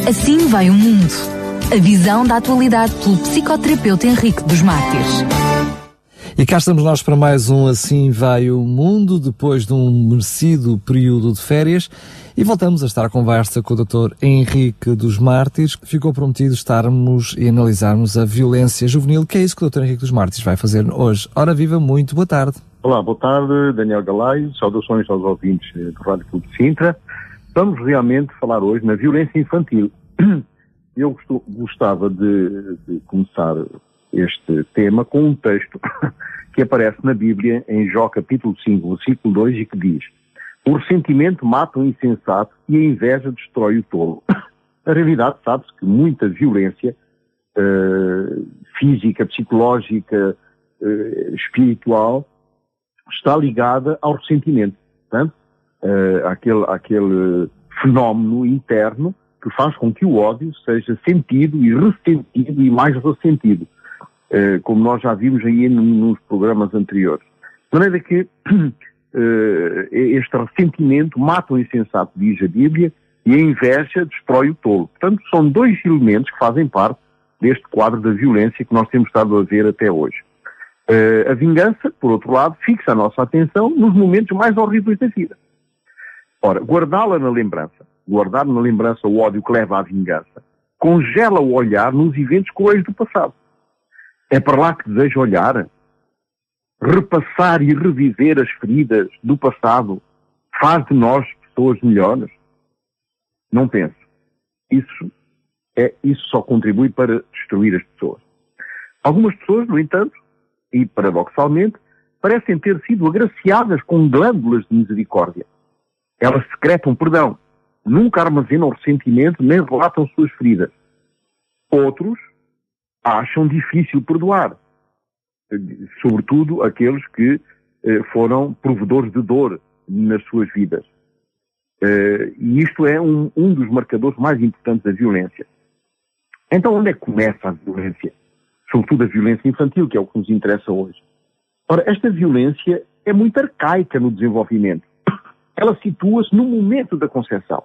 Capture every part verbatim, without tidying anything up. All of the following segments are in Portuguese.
Assim vai o mundo. A visão da atualidade pelo psicoterapeuta Henrique dos Mártires. E cá estamos nós para mais um Assim Vai o Mundo, depois de um merecido período de férias, e voltamos a estar à conversa com o doutor Henrique dos Mártires. Ficou prometido estarmos e analisarmos a violência juvenil, que é isso que o doutor Henrique dos Mártires vai fazer hoje. Ora viva, muito boa tarde. Olá, boa tarde, Daniel Galaio, saudações aos ouvintes do Rádio Clube de Sintra. Vamos realmente falar hoje na violência infantil. Eu gostava de, de começar este tema com um texto que aparece na Bíblia, em Jó capítulo cinco, versículo dois, e que diz: o ressentimento mata o insensato e a inveja destrói o tolo. Na realidade, sabe-se que muita violência uh, física, psicológica, uh, espiritual, está ligada ao ressentimento. Portanto, uh, aquele, aquele fenómeno interno que faz com que o ódio seja sentido e ressentido e mais ressentido, uh, como nós já vimos aí nos programas anteriores. De maneira que uh, este ressentimento mata o insensato, diz a Bíblia, e a inveja destrói o tolo. Portanto, são dois elementos que fazem parte deste quadro da violência que nós temos estado a ver até hoje. Uh, a vingança, por outro lado, fixa a nossa atenção nos momentos mais horríveis da vida. Ora, guardá-la na lembrança, guardar na lembrança o ódio que leva à vingança, congela o olhar nos eventos cruéis do passado. É para lá que deseja olhar? Repassar e reviver as feridas do passado faz de nós pessoas melhores? Não penso. Isso, é, isso só contribui para destruir as pessoas. Algumas pessoas, no entanto, e paradoxalmente, parecem ter sido agraciadas com glândulas de misericórdia. Elas secretam perdão, nunca armazenam ressentimento nem relatam suas feridas. Outros acham difícil perdoar, sobretudo aqueles que eh, foram provedores de dor nas suas vidas. Eh, e isto é um, um dos marcadores mais importantes da violência. Então, onde é que começa a violência? Sobretudo a violência infantil, que é o que nos interessa hoje. Ora, esta violência é muito arcaica no desenvolvimento. Ela situa-se no momento da concepção.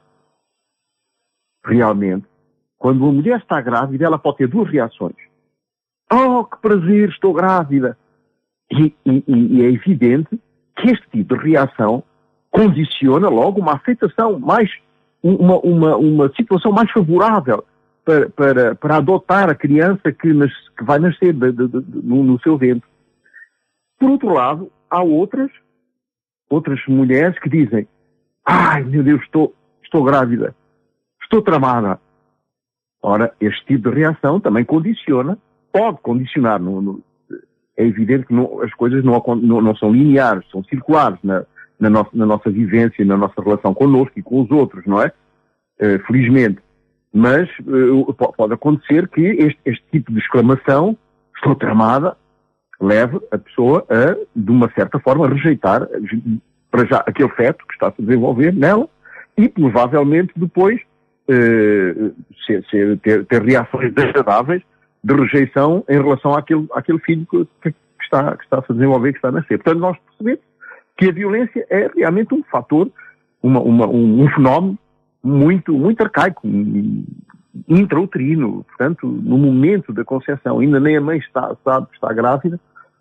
Realmente, quando uma mulher está grávida, ela pode ter duas reações. Oh, que prazer, estou grávida! E, e, e é evidente que este tipo de reação condiciona logo uma aceitação, mais, uma, uma, uma situação mais favorável para, para, para adotar a criança que, nas, que vai nascer de, de, de, de, no, no seu ventre. Por outro lado, há outras, outras mulheres que dizem: ai, meu Deus, estou, estou grávida, estou tramada. Ora, este tipo de reação também condiciona, pode condicionar. No, no, é evidente que não, as coisas não, não, não são lineares, são circulares na, na, nossa, na nossa vivência, na nossa relação connosco e com os outros, não é? Uh, felizmente. Mas uh, pode acontecer que este, este tipo de exclamação, estou tramada, leve a pessoa a, de uma certa forma, rejeitar para já aquele feto que está a se desenvolver nela e, provavelmente, depois uh, ser, ser, ter, ter reações desagradáveis de rejeição em relação àquele, àquele filho que, que, está, que está a se desenvolver, que está a nascer. Portanto, nós percebemos que a violência é realmente um fator, uma, uma, um, um fenómeno muito, muito arcaico, intrauterino. Portanto, no momento da concepção, ainda nem a mãe está, sabe que está grávida,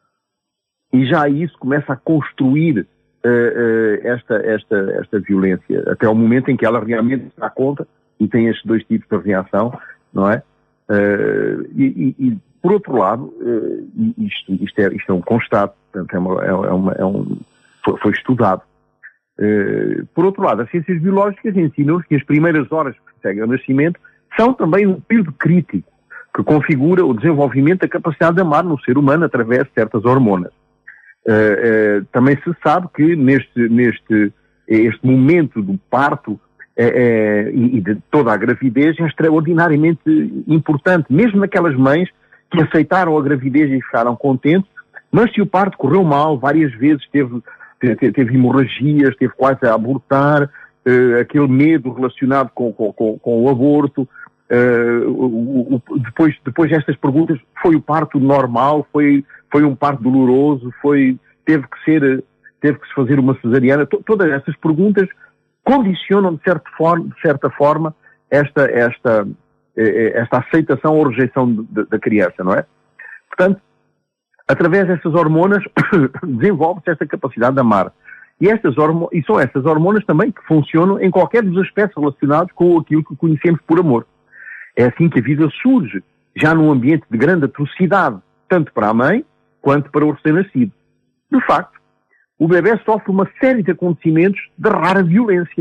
e já isso começa a construir uh, uh, esta, esta, esta violência, até o momento em que ela realmente se dá conta e tem estes dois tipos de reação, não é? Uh, e, e, e, por outro lado, uh, isto, isto, é, isto é um constato, portanto, é uma, é uma, é um, foi, foi estudado. Uh, por outro lado, as ciências biológicas ensinam que as primeiras horas que seguem ao nascimento são também um período crítico que configura o desenvolvimento da capacidade de amar no ser humano através de certas hormonas. Uh, uh, também se sabe que neste, neste este momento do parto uh, uh, e de toda a gravidez é extraordinariamente importante, mesmo naquelas mães que aceitaram a gravidez e ficaram contentes, mas se o parto correu mal, várias vezes teve Teve, teve hemorragias, teve quase a abortar, uh, aquele medo relacionado com, com, com, com o aborto. Uh, o, o, depois, depois destas perguntas, foi o parto normal? Foi, foi um parto doloroso? Foi, teve que ser, teve que se fazer uma cesariana? T- todas essas perguntas condicionam, de certa forma, de certa forma esta, esta, esta aceitação ou rejeição de, da criança, não é? Portanto, através dessas hormonas desenvolve-se esta capacidade de amar. E, estas hormo- e são estas hormonas também que funcionam em qualquer dos aspectos relacionados com aquilo que conhecemos por amor. É assim que a vida surge, já num ambiente de grande atrocidade, tanto para a mãe quanto para o recém-nascido. De facto, o bebê sofre uma série de acontecimentos de rara violência.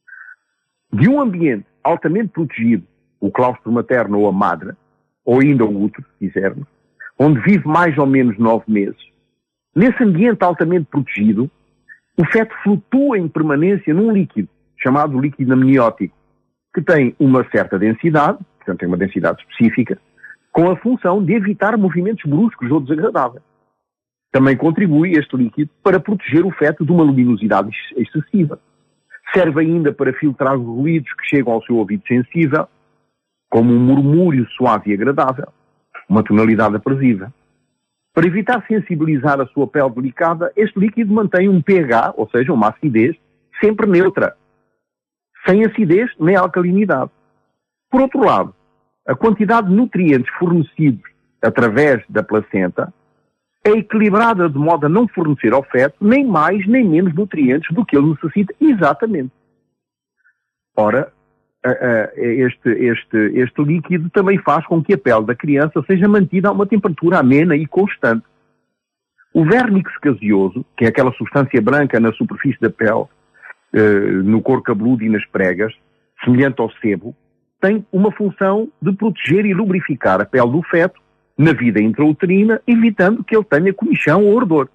De um ambiente altamente protegido, o claustro materno ou a madre, ou ainda o útero, se quisermos, onde vive mais ou menos nove meses, nesse ambiente altamente protegido, o feto flutua em permanência num líquido, chamado líquido amniótico, que tem uma certa densidade, portanto tem uma densidade específica, com a função de evitar movimentos bruscos ou desagradáveis. Também contribui este líquido para proteger o feto de uma luminosidade excessiva. Serve ainda para filtrar os ruídos que chegam ao seu ouvido sensível, como um murmúrio suave e agradável, uma tonalidade aprazível. Para evitar sensibilizar a sua pele delicada, este líquido mantém um pH, ou seja, uma acidez, sempre neutra, sem acidez nem alcalinidade. Por outro lado, a quantidade de nutrientes fornecidos através da placenta é equilibrada de modo a não fornecer ao feto nem mais nem menos nutrientes do que ele necessita exatamente. Ora, este, este, este líquido também faz com que a pele da criança seja mantida a uma temperatura amena e constante. O vernix caseoso, que é aquela substância branca na superfície da pele, no couro cabeludo e nas pregas, semelhante ao sebo, tem uma função de proteger e lubrificar a pele do feto na vida intrauterina, evitando que ele tenha comichão ou ardor.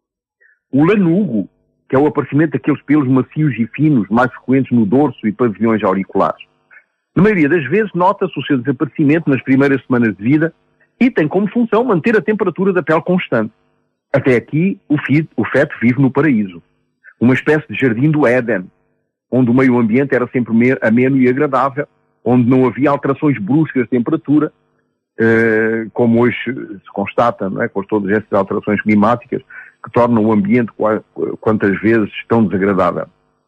O lanugo, que é o aparecimento daqueles pelos macios e finos, mais frequentes no dorso e pavilhões auriculares. Na maioria das vezes, nota-se o seu desaparecimento nas primeiras semanas de vida e tem como função manter a temperatura da pele constante. Até aqui, o, fi, o feto vive no paraíso. Uma espécie de jardim do Éden, onde o meio ambiente era sempre ameno e agradável, onde não havia alterações bruscas de temperatura, eh, como hoje se constata, não é, com todas essas alterações climáticas, que tornam o ambiente quantas vezes tão desagradável.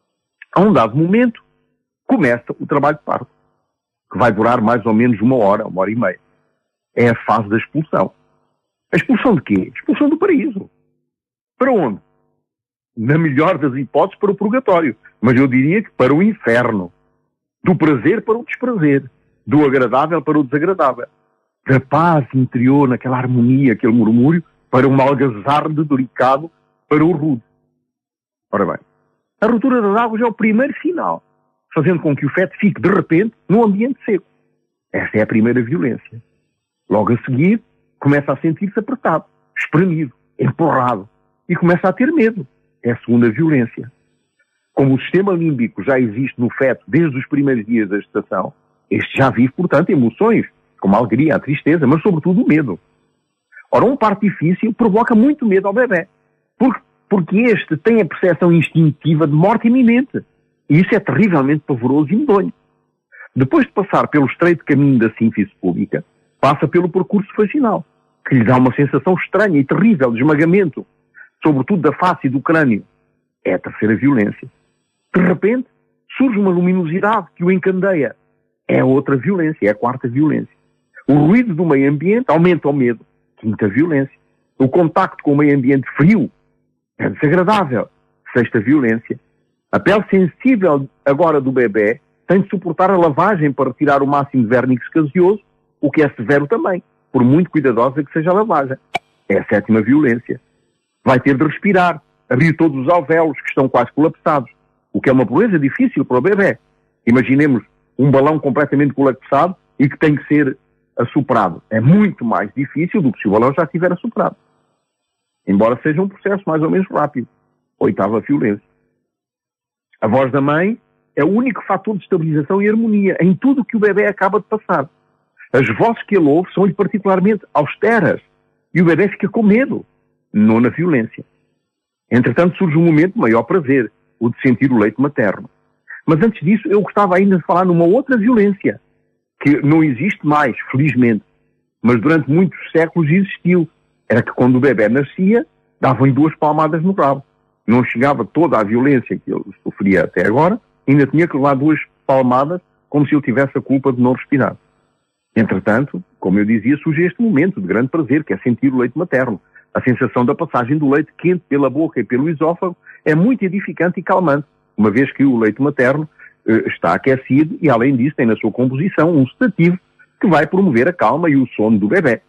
A um dado momento, começa o trabalho de parto, que vai durar mais ou menos uma hora, uma hora e meia. É a fase da expulsão. A expulsão de quê? A expulsão do paraíso. Para onde? Na melhor das hipóteses, para o purgatório. Mas eu diria que para o inferno. Do prazer para o desprazer. Do agradável para o desagradável. Da paz interior, naquela harmonia, aquele murmúrio, para um algazarde delicado para o rude. Ora bem, a ruptura das águas é o primeiro sinal, fazendo com que o feto fique, de repente, num ambiente seco. Essa é a primeira violência. Logo a seguir, começa a sentir-se apertado, espremido, empurrado, e começa a ter medo. É a segunda violência. Como o sistema límbico já existe no feto desde os primeiros dias da gestação, este já vive, portanto, emoções, como a alegria, a tristeza, mas sobretudo o medo. Ora, um parto difícil provoca muito medo ao bebê, porque, porque este tem a percepção instintiva de morte iminente. E isso é terrivelmente pavoroso e medonho. Depois de passar pelo estreito caminho da sínfise pública, passa pelo percurso vaginal, que lhe dá uma sensação estranha e terrível de esmagamento, sobretudo da face e do crânio. É a terceira violência. De repente, surge uma luminosidade que o encandeia. É a outra violência, é a quarta violência. O ruído do meio ambiente aumenta o medo. Quinta violência. O contacto com o meio ambiente frio é desagradável. Sexta violência. A pele sensível agora do bebê tem de suportar a lavagem para retirar o máximo de vernix caseoso, o que é severo também, por muito cuidadosa que seja a lavagem. É a sétima violência. Vai ter de respirar, abrir todos os alvéolos que estão quase colapsados, o que é uma proeza difícil para o bebê. Imaginemos um balão completamente colapsado e que tem que ser assoprado. É muito mais difícil do que se o balão já estiver assoprado. Embora seja um processo mais ou menos rápido. Oitava violência. A voz da mãe é o único fator de estabilização e harmonia em tudo o que o bebê acaba de passar. As vozes que ele ouve são-lhe particularmente austeras e o bebê fica com medo. Nona violência. Entretanto, surge um momento de maior prazer, o de sentir o leite materno. Mas antes disso, eu gostava ainda de falar numa outra violência, que não existe mais, felizmente, mas durante muitos séculos existiu. Era que quando o bebê nascia, davam-lhe duas palmadas no rabo. Não chegava toda a violência que ele sofria até agora, ainda tinha que levar duas palmadas como se ele tivesse a culpa de não respirar. Entretanto, como eu dizia, surge este momento de grande prazer, que é sentir o leite materno. A sensação da passagem do leite quente pela boca e pelo esófago é muito edificante e calmante, uma vez que o leite materno eh, está aquecido e, além disso, tem na sua composição um sedativo que vai promover a calma e o sono do bebê.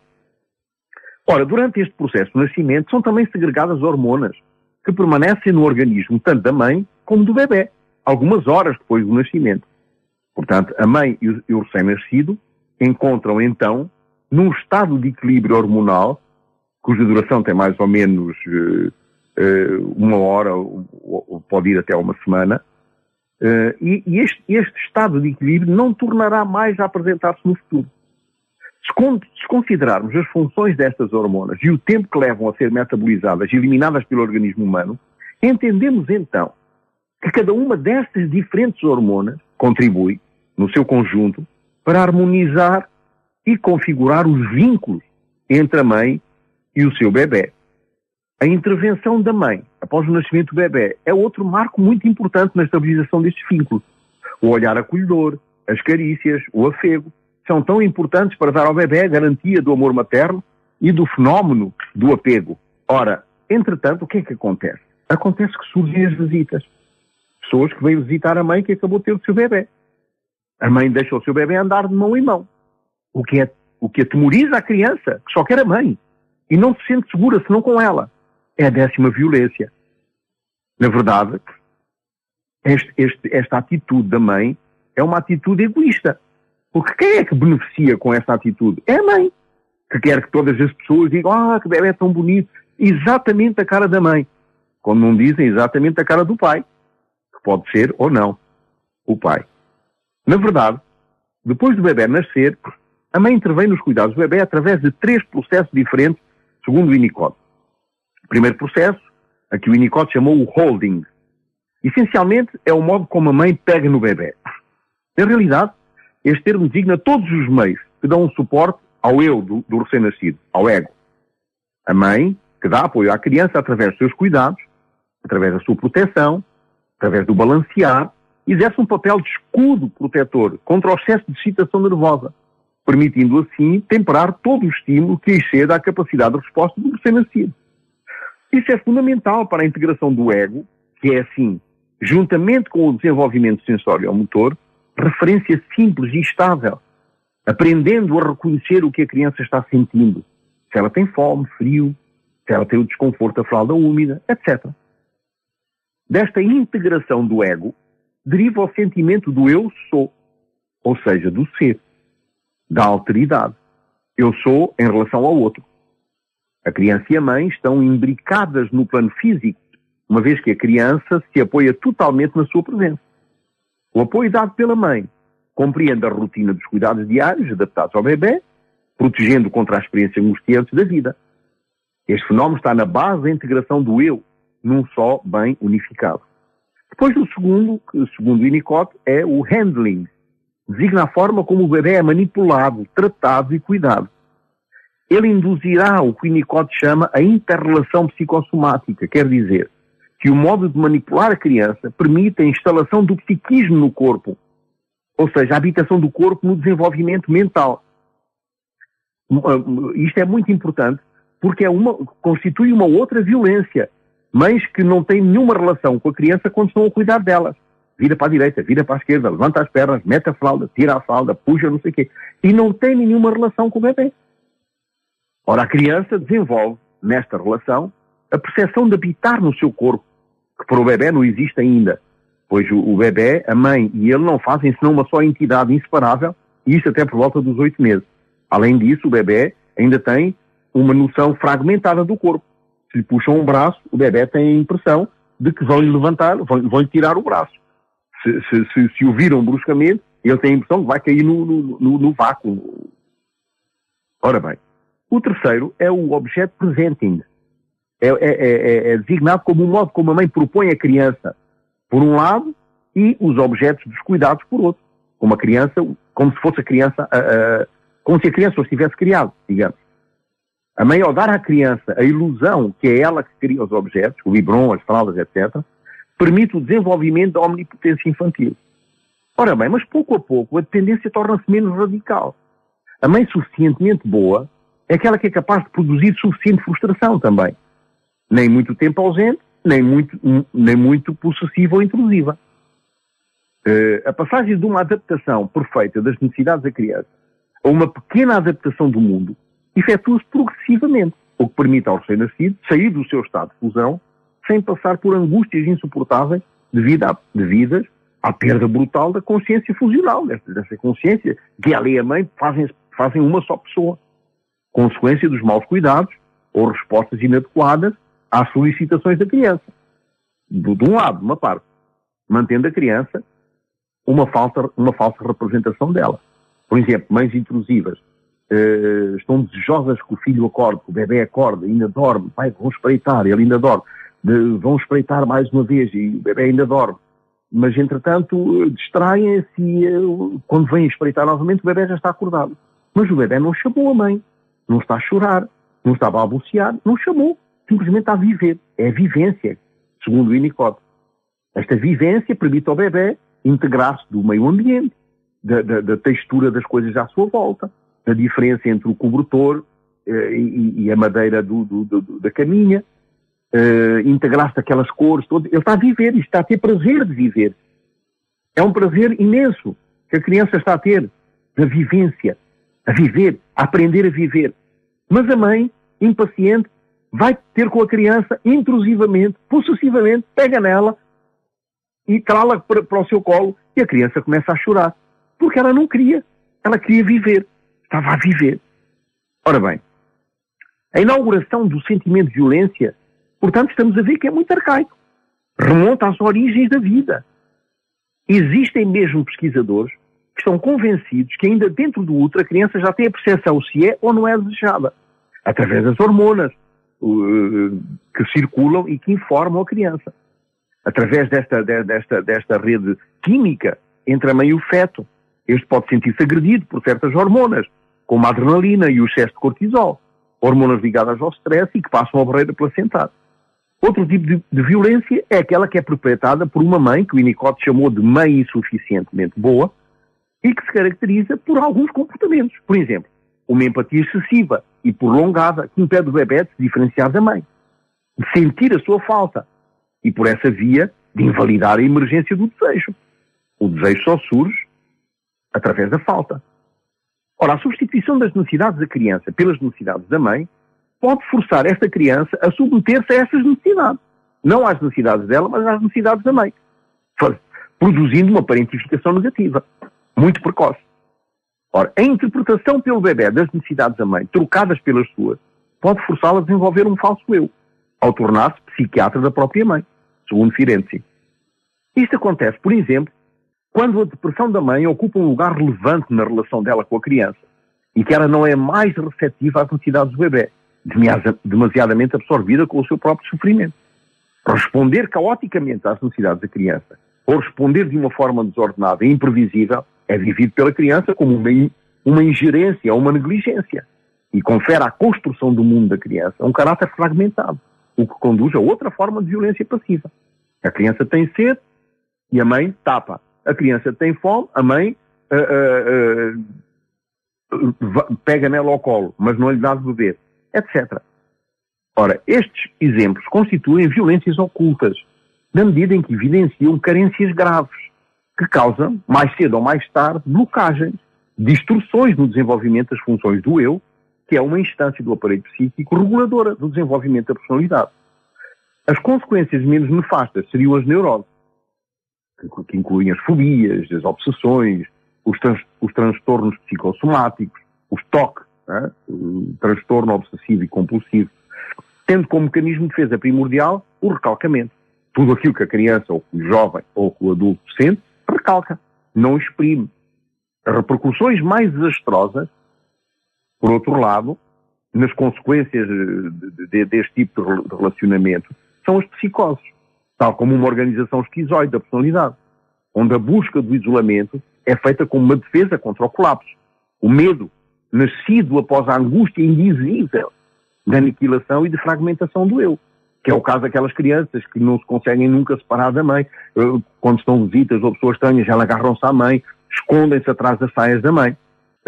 Ora, durante este processo de nascimento são também segregadas hormonas que permanecem no organismo tanto da mãe como do bebê, algumas horas depois do nascimento. Portanto, a mãe e o, e o recém-nascido encontram então num estado de equilíbrio hormonal, cuja duração tem mais ou menos uh, uh, uma hora, ou, ou pode ir até uma semana, uh, e, e este, este estado de equilíbrio não tornará mais a apresentar-se no futuro. Se, con se considerarmos as funções destas hormonas e o tempo que levam a ser metabolizadas e eliminadas pelo organismo humano, entendemos então que cada uma destas diferentes hormonas contribui, no seu conjunto, para harmonizar e configurar os vínculos entre a mãe e o seu bebê. A intervenção da mãe após o nascimento do bebê é outro marco muito importante na estabilização destes vínculos. O olhar acolhedor, as carícias, o afego, são tão importantes para dar ao bebê a garantia do amor materno e do fenómeno do apego. Ora, entretanto, o que é que acontece? Acontece que surgem as visitas. Pessoas que vêm visitar a mãe que acabou de ter o seu bebê. A mãe deixa o seu bebê andar de mão em mão. O que, é, o que atemoriza a criança, que só quer a mãe. E não se sente segura senão com ela. É a décima violência. Na verdade, este, este, esta atitude da mãe é uma atitude egoísta. Porque quem é que beneficia com esta atitude? É a mãe. Que quer que todas as pessoas digam, ah, que bebê tão bonito. Exatamente a cara da mãe. Quando não dizem exatamente a cara do pai. Que pode ser ou não o pai. Na verdade, depois do bebê nascer, a mãe intervém nos cuidados do bebê através de três processos diferentes, segundo o Winnicott. O primeiro processo, a que o Winnicott chamou o holding. Essencialmente, é o modo como a mãe pega no bebê. Na realidade, este termo designa todos os meios que dão um suporte ao eu do, do recém-nascido, ao ego. A mãe, que dá apoio à criança através dos seus cuidados, através da sua proteção, através do balancear, exerce um papel de escudo protetor contra o excesso de excitação nervosa, permitindo assim temperar todo o estímulo que exceda a capacidade de resposta do recém-nascido. Isso é fundamental para a integração do ego, que é assim, juntamente com o desenvolvimento sensório-motor, referência simples e estável, aprendendo a reconhecer o que a criança está sentindo, se ela tem fome, frio, se ela tem o desconforto da fralda úmida, etcétera. Desta integração do ego, deriva o sentimento do eu sou, ou seja, do ser, da alteridade. Eu sou em relação ao outro. A criança e a mãe estão imbricadas no plano físico, uma vez que a criança se apoia totalmente na sua presença. O apoio dado pela mãe compreende a rotina dos cuidados diários adaptados ao bebê, protegendo contra as experiências angustiantes da vida. Este fenómeno está na base da integração do eu, num só bem unificado. Depois do segundo, segundo Winnicott, é o handling. Designa a forma como o bebê é manipulado, tratado e cuidado. Ele induzirá o que Winnicott chama a interrelação psicossomática, quer dizer, que o modo de manipular a criança permite a instalação do psiquismo no corpo, ou seja, a habitação do corpo no desenvolvimento mental. Isto é muito importante porque é uma, constitui uma outra violência. Mães que não têm nenhuma relação com a criança quando estão a cuidar delas. Vira para a direita, vira para a esquerda, levanta as pernas, mete a fralda, tira a fralda, puxa, não sei o quê. E não tem nenhuma relação com o bebê. Ora, a criança desenvolve, nesta relação, a percepção de habitar no seu corpo, que para o bebê não existe ainda. Pois o, o bebê, a mãe e ele não fazem senão uma só entidade inseparável, e isso até por volta dos oito meses. Além disso, o bebê ainda tem uma noção fragmentada do corpo. Se lhe puxam um braço, o bebê tem a impressão de que vão-lhe levantar, vão-lhe vão tirar o braço. Se, se, se, se o viram bruscamente, ele tem a impressão que vai cair no, no, no, no vácuo. Ora bem, o terceiro é o object presenting. É, é, é, é designado como o modo como a mãe propõe a criança, por um lado, e os objetos dos cuidados por outro. Como a criança, como se fosse a criança, uh, uh, como se a criança os tivesse criado, digamos. A mãe, ao dar à criança a ilusão que é ela que cria os objetos, o biberon, as fraldas, etcétera, permite o desenvolvimento da omnipotência infantil. Ora bem, mas pouco a pouco a dependência torna-se menos radical. A mãe suficientemente boa é aquela que é capaz de produzir suficiente frustração também. Nem muito tempo ausente, nem muito, nem muito possessiva ou intrusiva. Uh, a passagem de uma adaptação perfeita das necessidades da criança a uma pequena adaptação do mundo efetua-se progressivamente, o que permite ao recém-nascido sair do seu estado de fusão sem passar por angústias insuportáveis devido à, devidas à perda brutal da consciência fusional, desta, desta consciência que ela e a mãe fazem, fazem uma só pessoa, consequência dos maus cuidados ou respostas inadequadas às solicitações da criança. De, de um lado, uma parte, mantendo a criança uma falsa, uma falsa representação dela. Por exemplo, mães intrusivas uh, estão desejosas que o filho acorde, que o bebê acorde, ainda dorme, pai, vão espreitar, ele ainda dorme, de, vão espreitar mais uma vez e o bebê ainda dorme. Mas, entretanto, distraem-se e uh, quando vêm espreitar novamente o bebê já está acordado. Mas o bebê não chamou a mãe, não está a chorar, não está a balbuciar, não chamou, simplesmente está a viver. É a vivência, segundo o Winnicott. Esta vivência permite ao bebê integrar-se do meio ambiente, da, da, da textura das coisas à sua volta, da diferença entre o cobertor eh, e, e a madeira do, do, do, da caminha, eh, integrar-se daquelas cores todas. Ele está a viver, está a ter prazer de viver. É um prazer imenso que a criança está a ter, da vivência, a viver, a aprender a viver. Mas a mãe, impaciente, vai ter com a criança intrusivamente, possessivamente, pega nela, e trá-la para, para o seu colo e a criança começa a chorar. Porque ela não queria. Ela queria viver. Estava a viver. Ora bem, a inauguração do sentimento de violência, portanto, estamos a ver que é muito arcaico. Remonta às origens da vida. Existem mesmo pesquisadores que estão convencidos que ainda dentro do útero a criança já tem a percepção se é ou não é desejada. Através das hormonas uh, que circulam e que informam a criança. Através desta, desta, desta rede química entre a mãe e o feto. Este pode sentir-se agredido por certas hormonas, como a adrenalina e o excesso de cortisol, hormonas ligadas ao stress e que passam a barreira placentária. Outro tipo de, de violência é aquela que é perpetrada por uma mãe, que o Winnicott chamou de mãe insuficientemente boa, e que se caracteriza por alguns comportamentos. Por exemplo, uma empatia excessiva e prolongada que impede o bebê de se diferenciar da mãe, de sentir a sua falta, e por essa via de invalidar a emergência do desejo. O desejo só surge através da falta. Ora, a substituição das necessidades da criança pelas necessidades da mãe pode forçar esta criança a submeter-se a essas necessidades. Não às necessidades dela, mas às necessidades da mãe. Produzindo uma parentificação negativa, muito precoce. Ora, a interpretação pelo bebê das necessidades da mãe, trocadas pelas suas, pode forçá-la a desenvolver um falso eu, ao tornar-se psiquiatra da própria mãe, segundo Firenze. Isto acontece, por exemplo, quando a depressão da mãe ocupa um lugar relevante na relação dela com a criança e que ela não é mais receptiva às necessidades do bebê, demasiadamente absorvida com o seu próprio sofrimento. Responder caoticamente às necessidades da criança ou responder de uma forma desordenada e imprevisível é vivido pela criança como uma, uma ingerência ou uma negligência e confere à construção do mundo da criança um caráter fragmentado, o que conduz a outra forma de violência passiva. A criança tem sede e a mãe tapa. A criança tem fome, a mãe uh, uh, uh, pega nela ao colo, mas não lhe dá de beber, etcétera. Ora, estes exemplos constituem violências ocultas, na medida em que evidenciam carências graves, que causam, mais cedo ou mais tarde, blocagens, distorções no desenvolvimento das funções do eu, que é uma instância do aparelho psíquico reguladora do desenvolvimento da personalidade. As consequências menos nefastas seriam as neuroses, que incluem as fobias, as obsessões, os, trans, os transtornos psicossomáticos, os T O C, né? O transtorno obsessivo e compulsivo, tendo como mecanismo de defesa primordial o recalcamento. Tudo aquilo que a criança, ou que o jovem, ou que o adulto sente, recalca, não exprime. As repercussões mais desastrosas, por outro lado, nas consequências de, de, deste tipo de relacionamento, são as psicoses, tal como uma organização esquizoide da personalidade, onde a busca do isolamento é feita como uma defesa contra o colapso. O medo, nascido após a angústia indizível da aniquilação e de fragmentação do eu. que é o caso daquelas crianças que não se conseguem nunca separar da mãe. Quando estão visitas ou pessoas estranhas, elas agarram-se à mãe, escondem-se atrás das saias da mãe.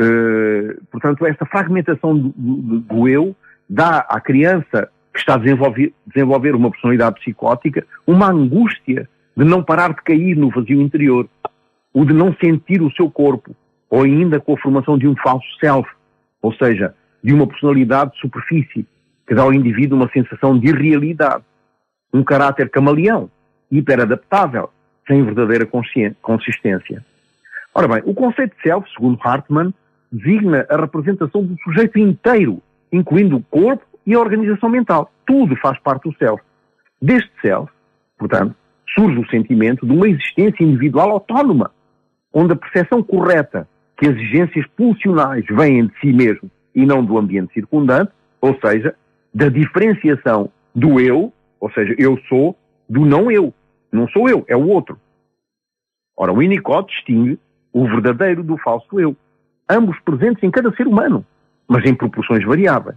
Uh, portanto, esta fragmentação do, do, do eu dá à criança que está a desenvolver, desenvolver uma personalidade psicótica uma angústia de não parar de cair no vazio interior, ou de não sentir o seu corpo, ou ainda com a formação de um falso self, ou seja, de uma personalidade de superfície, que dá ao indivíduo uma sensação de irrealidade, um caráter camaleão, hiperadaptável, sem verdadeira consistência. Ora bem, o conceito de self, segundo Hartmann, designa a representação do sujeito inteiro, incluindo o corpo e a organização mental. Tudo faz parte do self. Deste self, portanto, surge o sentimento de uma existência individual autónoma, onde a percepção correta que as exigências pulsionais vêm de si mesmo e não do ambiente circundante, ou seja, da diferenciação do eu, ou seja, eu sou, do não eu. Não sou eu, é o outro. Ora, o Winnicott distingue o verdadeiro do falso eu, ambos presentes em cada ser humano, mas em proporções variáveis.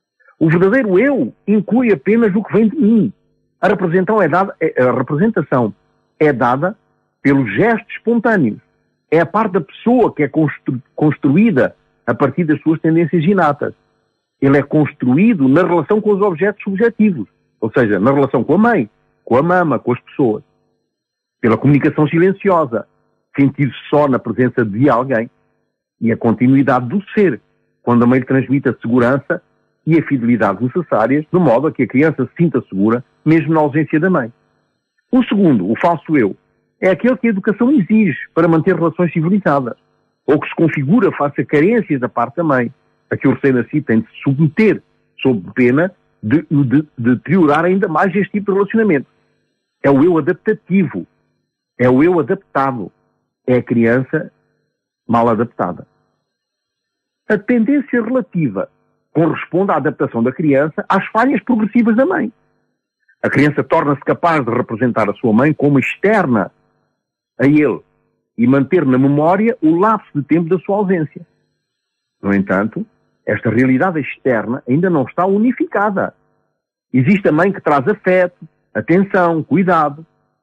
O verdadeiro eu inclui apenas o que vem de mim. A representação é dada, a representação é dada pelos gestos espontâneos. É a parte da pessoa que é constru, construída a partir das suas tendências inatas. Ele é construído na relação com os objetos subjetivos, ou seja, na relação com a mãe, com a mama, com as pessoas. Pela comunicação silenciosa, sentir-se só na presença de alguém. E a continuidade do ser, quando a mãe lhe transmite a segurança e a fidelidade necessárias, de modo a que a criança se sinta segura, mesmo na ausência da mãe. O segundo, o falso eu, é aquele que a educação exige para manter relações civilizadas, ou que se configura face a carências da parte da mãe, a que o recém-nascido tem de se submeter, sob pena de, de, de deteriorar ainda mais este tipo de relacionamento. É o eu adaptativo, é o eu adaptado, é a criança mal adaptada. A tendência relativa corresponde à adaptação da criança às falhas progressivas da mãe. A criança torna-se capaz de representar a sua mãe como externa a ele e manter na memória o lapso de tempo da sua ausência. No entanto, esta realidade externa ainda não está unificada. Existe a mãe que traz afeto, atenção, cuidado.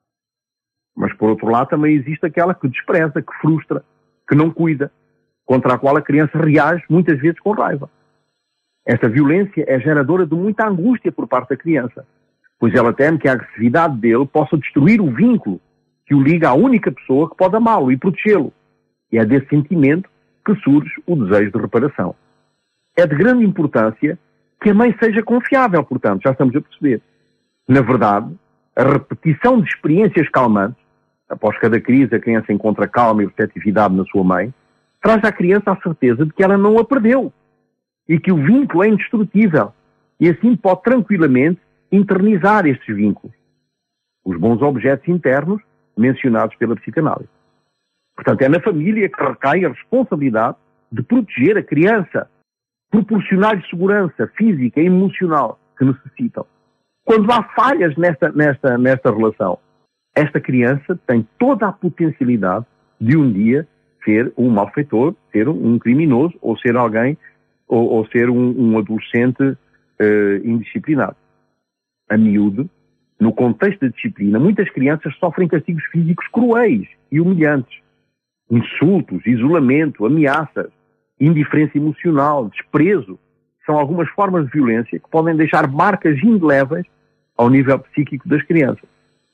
Mas, por outro lado, também existe aquela que despreza, que frustra, que não cuida, contra a qual a criança reage muitas vezes com raiva. Esta violência é geradora de muita angústia por parte da criança, pois ela teme que a agressividade dele possa destruir o vínculo que o liga à única pessoa que pode amá-lo e protegê-lo. E é desse sentimento que surge o desejo de reparação. É de grande importância que a mãe seja confiável, portanto, já estamos a perceber. Na verdade, a repetição de experiências calmantes, após cada crise a criança encontra calma e receptividade na sua mãe, traz à criança a certeza de que ela não a perdeu e que o vínculo é indestrutível e assim pode tranquilamente internizar estes vínculos, os bons objetos internos mencionados pela psicanálise. Portanto, é na família que recai a responsabilidade de proteger a criança, proporcionar-lhe segurança física e emocional que necessitam. Quando há falhas nesta, nesta, nesta relação, esta criança tem toda a potencialidade de um dia ser um malfeitor, ser um criminoso, ou ser alguém, ou, ou ser um, um adolescente uh, indisciplinado. A miúde, no contexto da disciplina, muitas crianças sofrem castigos físicos cruéis e humilhantes. Insultos, isolamento, ameaças, indiferença emocional, desprezo, são algumas formas de violência que podem deixar marcas indeléveis ao nível psíquico das crianças.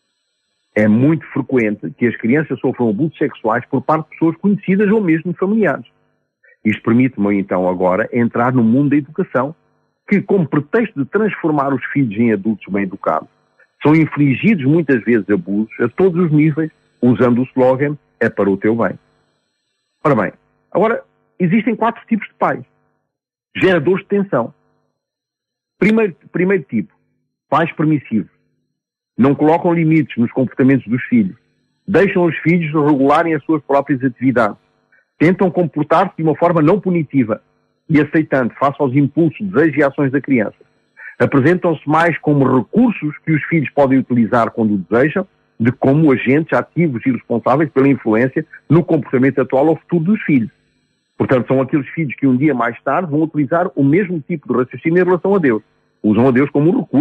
É muito frequente que as crianças sofram abusos sexuais por parte de pessoas conhecidas ou mesmo familiares. Isto permite-me, então, agora, entrar no mundo da educação, que, como pretexto de transformar os filhos em adultos bem educados, são infligidos muitas vezes abusos a todos os níveis, usando o slogan "é para o teu bem". Ora bem, agora, existem quatro tipos de pais. Geradores de tensão. Primeiro, primeiro tipo, pais permissivos. Não colocam limites nos comportamentos dos filhos. Deixam os filhos regularem as suas próprias atividades. Tentam comportar-se de uma forma não punitiva e aceitante face aos impulsos, desejos e ações da criança. Apresentam-se mais como recursos que os filhos podem utilizar quando o desejam, de como agentes ativos e responsáveis pela influência no comportamento atual ou futuro dos filhos. Portanto, são aqueles filhos que um dia mais tarde vão utilizar o mesmo tipo de raciocínio em relação a Deus. Usam a Deus como um recurso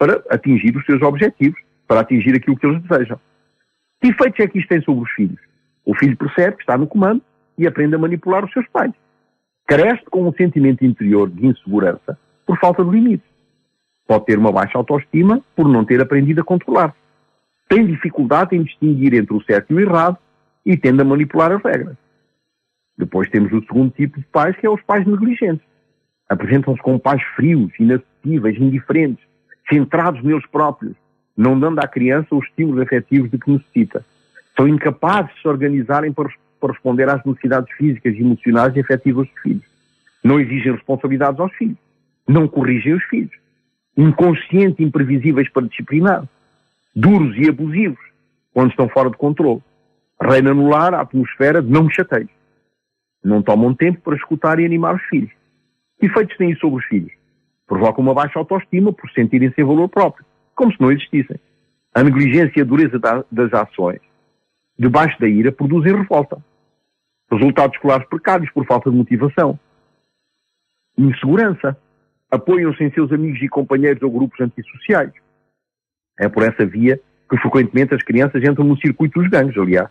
para atingir os seus objetivos, para atingir aquilo que eles desejam. Que efeitos é que isto tem sobre os filhos? O filho percebe que está no comando e aprende a manipular os seus pais. Cresce com um sentimento interior de insegurança por falta de limites. Pode ter uma baixa autoestima por não ter aprendido a controlar. Tem dificuldade em distinguir entre o certo e o errado e tende a manipular as regras. Depois temos o segundo tipo de pais, que é os pais negligentes. Apresentam-se como pais frios, inacessíveis, indiferentes, centrados neles próprios, não dando à criança os estímulos afetivos de que necessita. São incapazes de se organizarem para, para responder às necessidades físicas, emocionais e afetivas dos filhos. Não exigem responsabilidades aos filhos. Não corrigem os filhos. Inconscientes e imprevisíveis para disciplinar. Duros e abusivos quando estão fora de controle. Reina no lar a atmosfera de não me chateis. Não tomam tempo para escutar e animar os filhos. Que efeitos têm isso sobre os filhos? Provocam uma baixa autoestima por sentirem sem valor próprio, como se não existissem. A negligência e a dureza das ações, debaixo da ira, produzem revolta. Resultados escolares precários por falta de motivação. Insegurança. Apoiam-se em seus amigos e companheiros ou grupos antissociais. É por essa via que frequentemente as crianças entram no circuito dos gangues, aliás.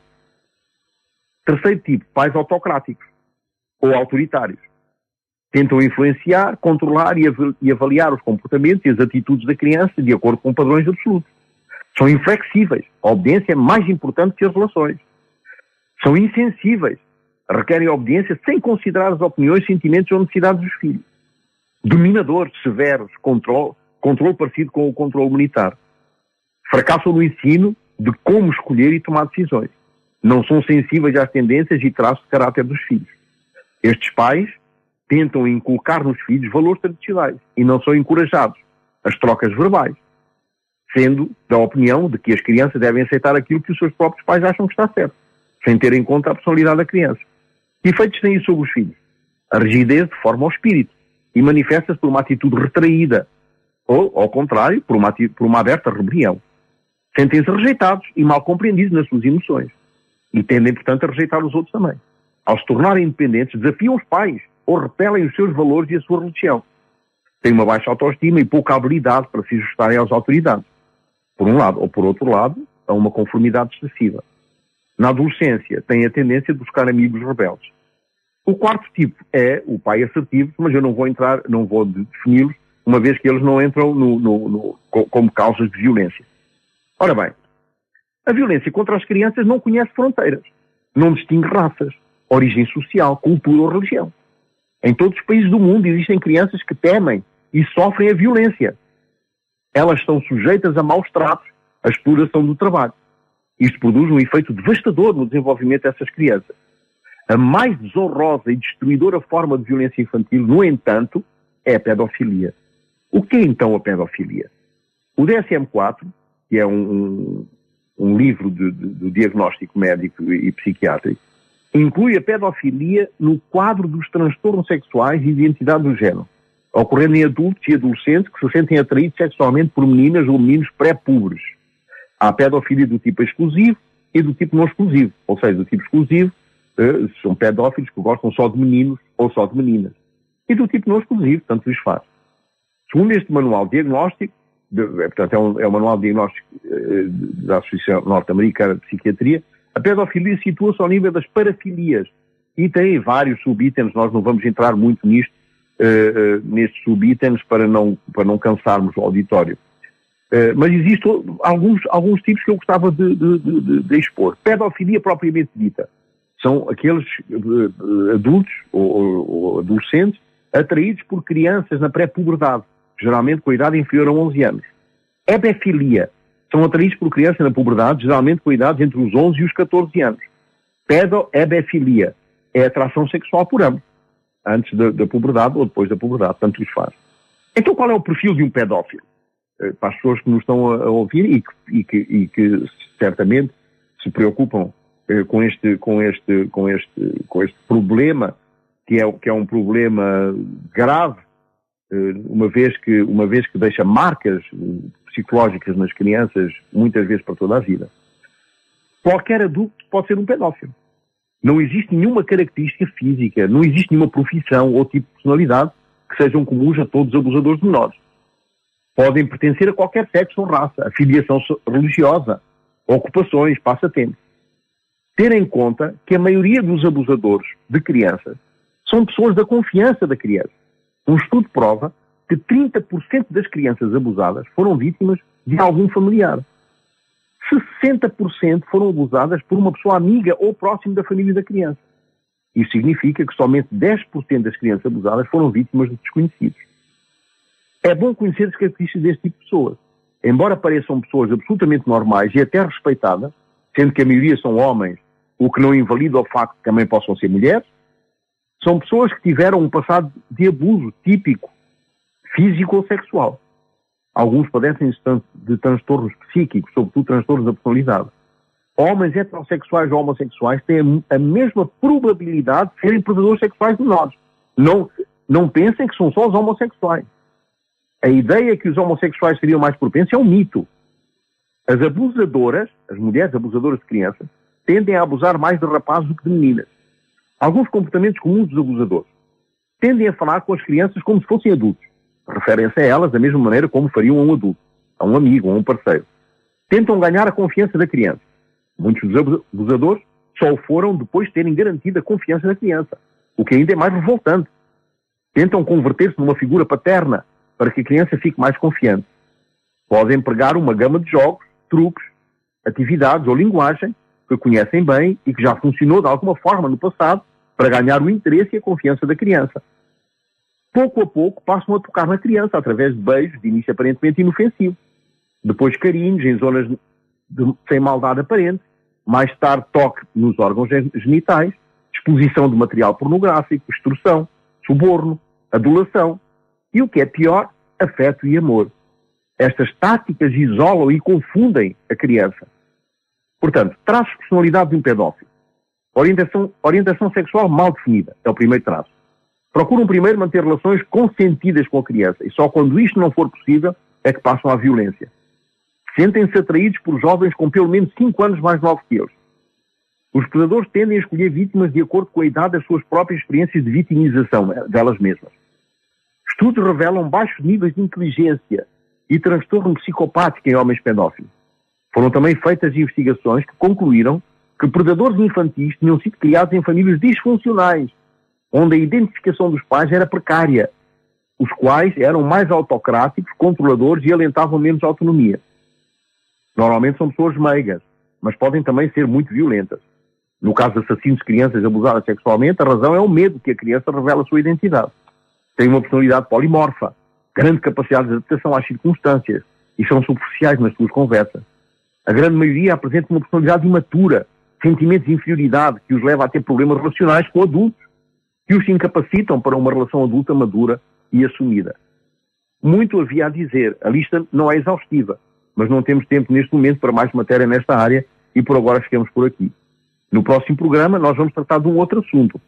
Terceiro tipo, pais autocráticos ou autoritários. Tentam influenciar, controlar e avaliar os comportamentos e as atitudes da criança de acordo com padrões absolutos. São inflexíveis. A obediência é mais importante que as relações. São insensíveis. Requerem obediência sem considerar as opiniões, sentimentos ou necessidades dos filhos. Dominadores, severos, controle, controle parecido com o controle militar. Fracassam no ensino de como escolher e tomar decisões. Não são sensíveis às tendências e traços de caráter dos filhos. Estes pais tentam inculcar nos filhos valores tradicionais e não são encorajados às trocas verbais, sendo da opinião de que as crianças devem aceitar aquilo que os seus próprios pais acham que está certo, sem ter em conta a personalidade da criança. Que efeitos tem isso sobre os filhos? A rigidez deforma o espírito e manifesta-se por uma atitude retraída ou, ao contrário, por uma, por uma aberta rebelião. Sentem-se rejeitados e mal compreendidos nas suas emoções e tendem, portanto, a rejeitar os outros também. Ao se tornarem independentes, desafiam os pais ou repelem os seus valores e a sua religião. Têm uma baixa autoestima e pouca habilidade para se ajustarem às autoridades. Por um lado, ou por outro lado, a uma conformidade excessiva. Na adolescência, têm a tendência de buscar amigos rebeldes. O quarto tipo é o pai assertivo, mas eu não vou entrar, não vou defini-los, uma vez que eles não entram no, no, no, como causas de violência. Ora bem, a violência contra as crianças não conhece fronteiras, não distingue raças, origem social, cultura ou religião. Em todos os países do mundo existem crianças que temem e sofrem a violência. Elas estão sujeitas a maus tratos, à exploração do trabalho. Isto produz um efeito devastador no desenvolvimento dessas crianças. A mais desonrosa e destruidora forma de violência infantil, no entanto, é a pedofilia. O que é então a pedofilia? O D S M quatro, que é um, um, um livro de, de, de diagnóstico médico e psiquiátrico, inclui a pedofilia no quadro dos transtornos sexuais e de identidade do género, ocorrendo em adultos e adolescentes que se sentem atraídos sexualmente por meninas ou meninos pré-púberes. Há a pedofilia do tipo exclusivo e do tipo não exclusivo, ou seja, do tipo exclusivo eh, são pedófilos que gostam só de meninos ou só de meninas. E do tipo não exclusivo, tanto lhes faz. Segundo este manual de diagnóstico, de, é, portanto é um, é um manual de diagnóstico eh, da Associação Norte-Americana de Psiquiatria, a pedofilia situa-se ao nível das parafilias e tem vários subitens, nós não vamos entrar muito nisto, uh, uh, nestes subitens para não, para não cansarmos o auditório. Uh, mas existem alguns, alguns tipos que eu gostava de, de, de, de expor. Pedofilia propriamente dita. São aqueles uh, adultos ou, ou, ou adolescentes atraídos por crianças na pré-puberdade, geralmente com a idade inferior a onze anos. Hebefilia. São atraídos por crianças na puberdade, geralmente com idades entre os onze e os catorze anos. Pedohebefilia é atração sexual por ambos, antes da, da puberdade ou depois da puberdade, tanto lhes faz. Então qual é o perfil de um pedófilo? Para as pessoas que nos estão a, a ouvir e que, e, que, e que certamente se preocupam eh, com, este, com, este, com, este, com este problema, que é, que é um problema grave, eh, uma, vez que, uma vez que deixa marcas psicológicas nas crianças, muitas vezes para toda a vida. Qualquer adulto pode ser um pedófilo. Não existe nenhuma característica física, não existe nenhuma profissão ou tipo de personalidade que sejam comuns a todos os abusadores de menores. Podem pertencer a qualquer sexo ou raça, afiliação religiosa, ocupações, passatempos. Ter em conta que a maioria dos abusadores de crianças são pessoas da confiança da criança. Um estudo prova que trinta por cento das crianças abusadas foram vítimas de algum familiar. sessenta por cento foram abusadas por uma pessoa amiga ou próxima da família da criança. Isso significa que somente dez por cento das crianças abusadas foram vítimas de desconhecidos. É bom conhecer as características deste tipo de pessoas. Embora pareçam pessoas absolutamente normais e até respeitadas, sendo que a maioria são homens, o que não invalida o facto que também possam ser mulheres, são pessoas que tiveram um passado de abuso típico, físico ou sexual. Alguns padecem de transtornos psíquicos, sobretudo transtornos da personalidade. Homens heterossexuais ou homossexuais têm a mesma probabilidade de serem predadores sexuais de nós. Não, não pensem que são só os homossexuais. A ideia que os homossexuais seriam mais propensos é um mito. As abusadoras, as mulheres abusadoras de crianças, tendem a abusar mais de rapazes do que de meninas. Alguns comportamentos comuns dos abusadores. Tendem a falar com as crianças como se fossem adultos. Referem-se a elas da mesma maneira como fariam a um adulto, a um amigo, a um parceiro. Tentam ganhar a confiança da criança. Muitos dos abusadores só o foram depois de terem garantido a confiança da criança, o que ainda é mais revoltante. Tentam converter-se numa figura paterna para que a criança fique mais confiante. Podem empregar uma gama de jogos, truques, atividades ou linguagem que conhecem bem e que já funcionou de alguma forma no passado para ganhar o interesse e a confiança da criança. Pouco a pouco passam a tocar na criança através de beijos, de início aparentemente inofensivo. Depois carinhos em zonas de, sem maldade aparente. Mais tarde toque nos órgãos genitais, exposição de material pornográfico, extorsão, suborno, adulação e, o que é pior, afeto e amor. Estas táticas isolam e confundem a criança. Portanto, traços de personalidade de um pedófilo. Orientação, orientação sexual mal definida é o primeiro traço. Procuram primeiro manter relações consentidas com a criança e só quando isto não for possível é que passam à violência. Sentem-se atraídos por jovens com pelo menos cinco anos mais novos que eles. Os predadores tendem a escolher vítimas de acordo com a idade das suas próprias experiências de vitimização delas mesmas. Estudos revelam baixos níveis de inteligência e transtorno psicopático em homens pedófilos. Foram também feitas investigações que concluíram que predadores infantis tinham sido criados em famílias disfuncionais, onde a identificação dos pais era precária, os quais eram mais autocráticos, controladores e alentavam menos autonomia. Normalmente são pessoas meigas, mas podem também ser muito violentas. No caso de assassinos de crianças abusadas sexualmente, a razão é o medo que a criança revela a sua identidade. Têm uma personalidade polimorfa, grande capacidade de adaptação às circunstâncias e são superficiais nas suas conversas. A grande maioria apresenta uma personalidade imatura, sentimentos de inferioridade que os leva a ter problemas relacionais com adultos, que os incapacitam para uma relação adulta madura e assumida. Muito havia a dizer, a lista não é exaustiva, mas não temos tempo neste momento para mais matéria nesta área e por agora ficamos por aqui. No próximo programa nós vamos tratar de um outro assunto,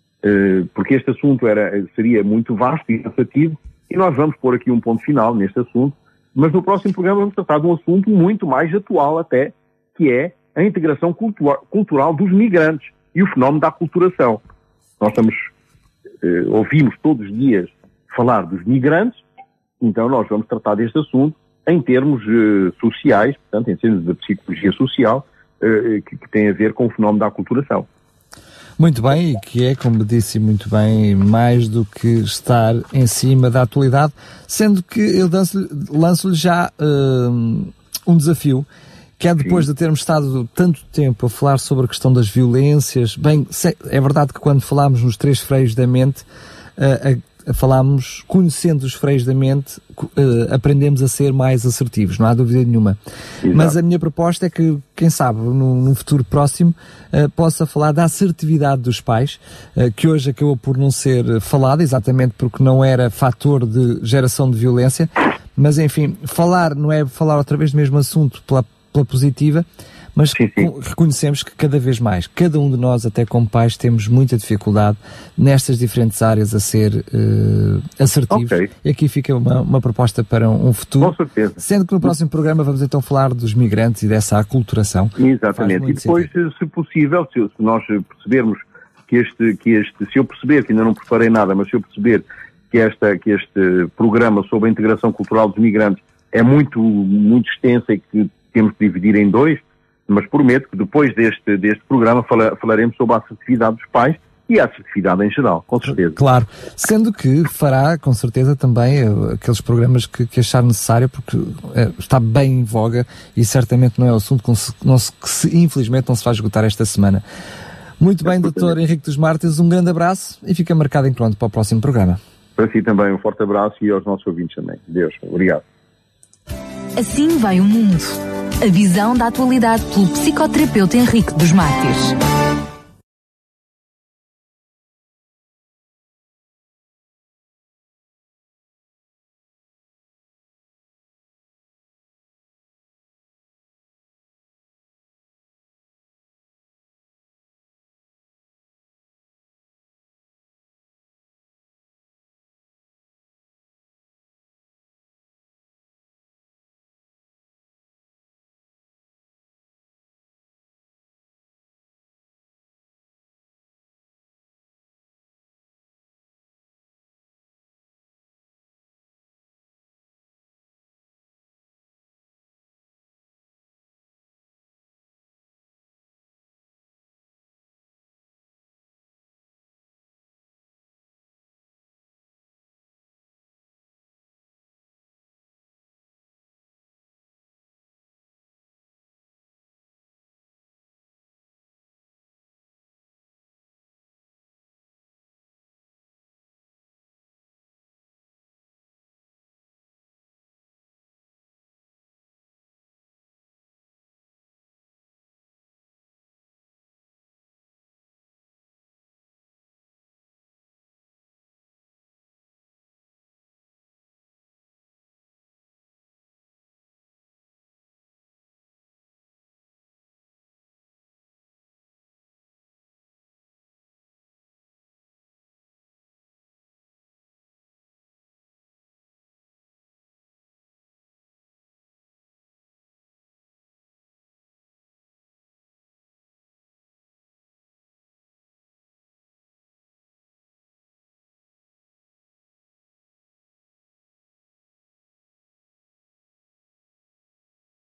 porque este assunto era, seria muito vasto e cansativo e nós vamos pôr aqui um ponto final neste assunto, mas no próximo programa vamos tratar de um assunto muito mais atual até, que é a integração cultura, cultural dos migrantes e o fenómeno da aculturação. Nós estamos, eh, ouvimos todos os dias falar dos migrantes, então nós vamos tratar deste assunto em termos eh, sociais, portanto, em termos de psicologia social, eh, que, que tem a ver com o fenómeno da aculturação. Muito bem, e que é, como disse muito bem, mais do que estar em cima da atualidade, sendo que eu lanço-lhe já uh, um desafio, que é depois Sim. de termos estado tanto tempo a falar sobre a questão das violências. Bem, é verdade que quando falámos nos três freios da mente, uh, a falámos, conhecendo os freios da mente, uh, aprendemos a ser mais assertivos, não há dúvida nenhuma. Exato. Mas a minha proposta é que, quem sabe, num, num futuro próximo, uh, possa falar da assertividade dos pais, uh, que hoje acabou por não ser falada, exatamente porque não era fator de geração de violência, mas enfim, falar não é falar outra vez do mesmo assunto pela, pela positiva, mas sim, sim. reconhecemos que cada vez mais, cada um de nós, até como pais, temos muita dificuldade nestas diferentes áreas a ser uh, assertivos. Okay. E aqui fica uma, uma proposta para um, um futuro. Com certeza. Sendo que no próximo programa vamos então falar dos migrantes e dessa aculturação. Exatamente. E depois, sentido. se possível, se, se nós percebermos que este, que este, se eu perceber, que ainda não preparei nada, mas se eu perceber que, esta, que este programa sobre a integração cultural dos migrantes é muito, muito extensa e que temos que dividir em dois, mas prometo que depois deste, deste programa fala, falaremos sobre a assertividade dos pais e a assertividade em geral, com certeza. Claro, sendo que fará, com certeza, também aqueles programas que, que achar necessário, porque é, está bem em voga e certamente não é um assunto que, se, não se, que se, infelizmente não se vai esgotar esta semana. Muito bem, doutor Henrique dos Mártires, um grande abraço e fica marcado em pronto para o próximo programa. Para si também, um forte abraço e aos nossos ouvintes também. Deus, obrigado. Assim vai o mundo. A visão da atualidade pelo psicoterapeuta Henrique dos Mártires.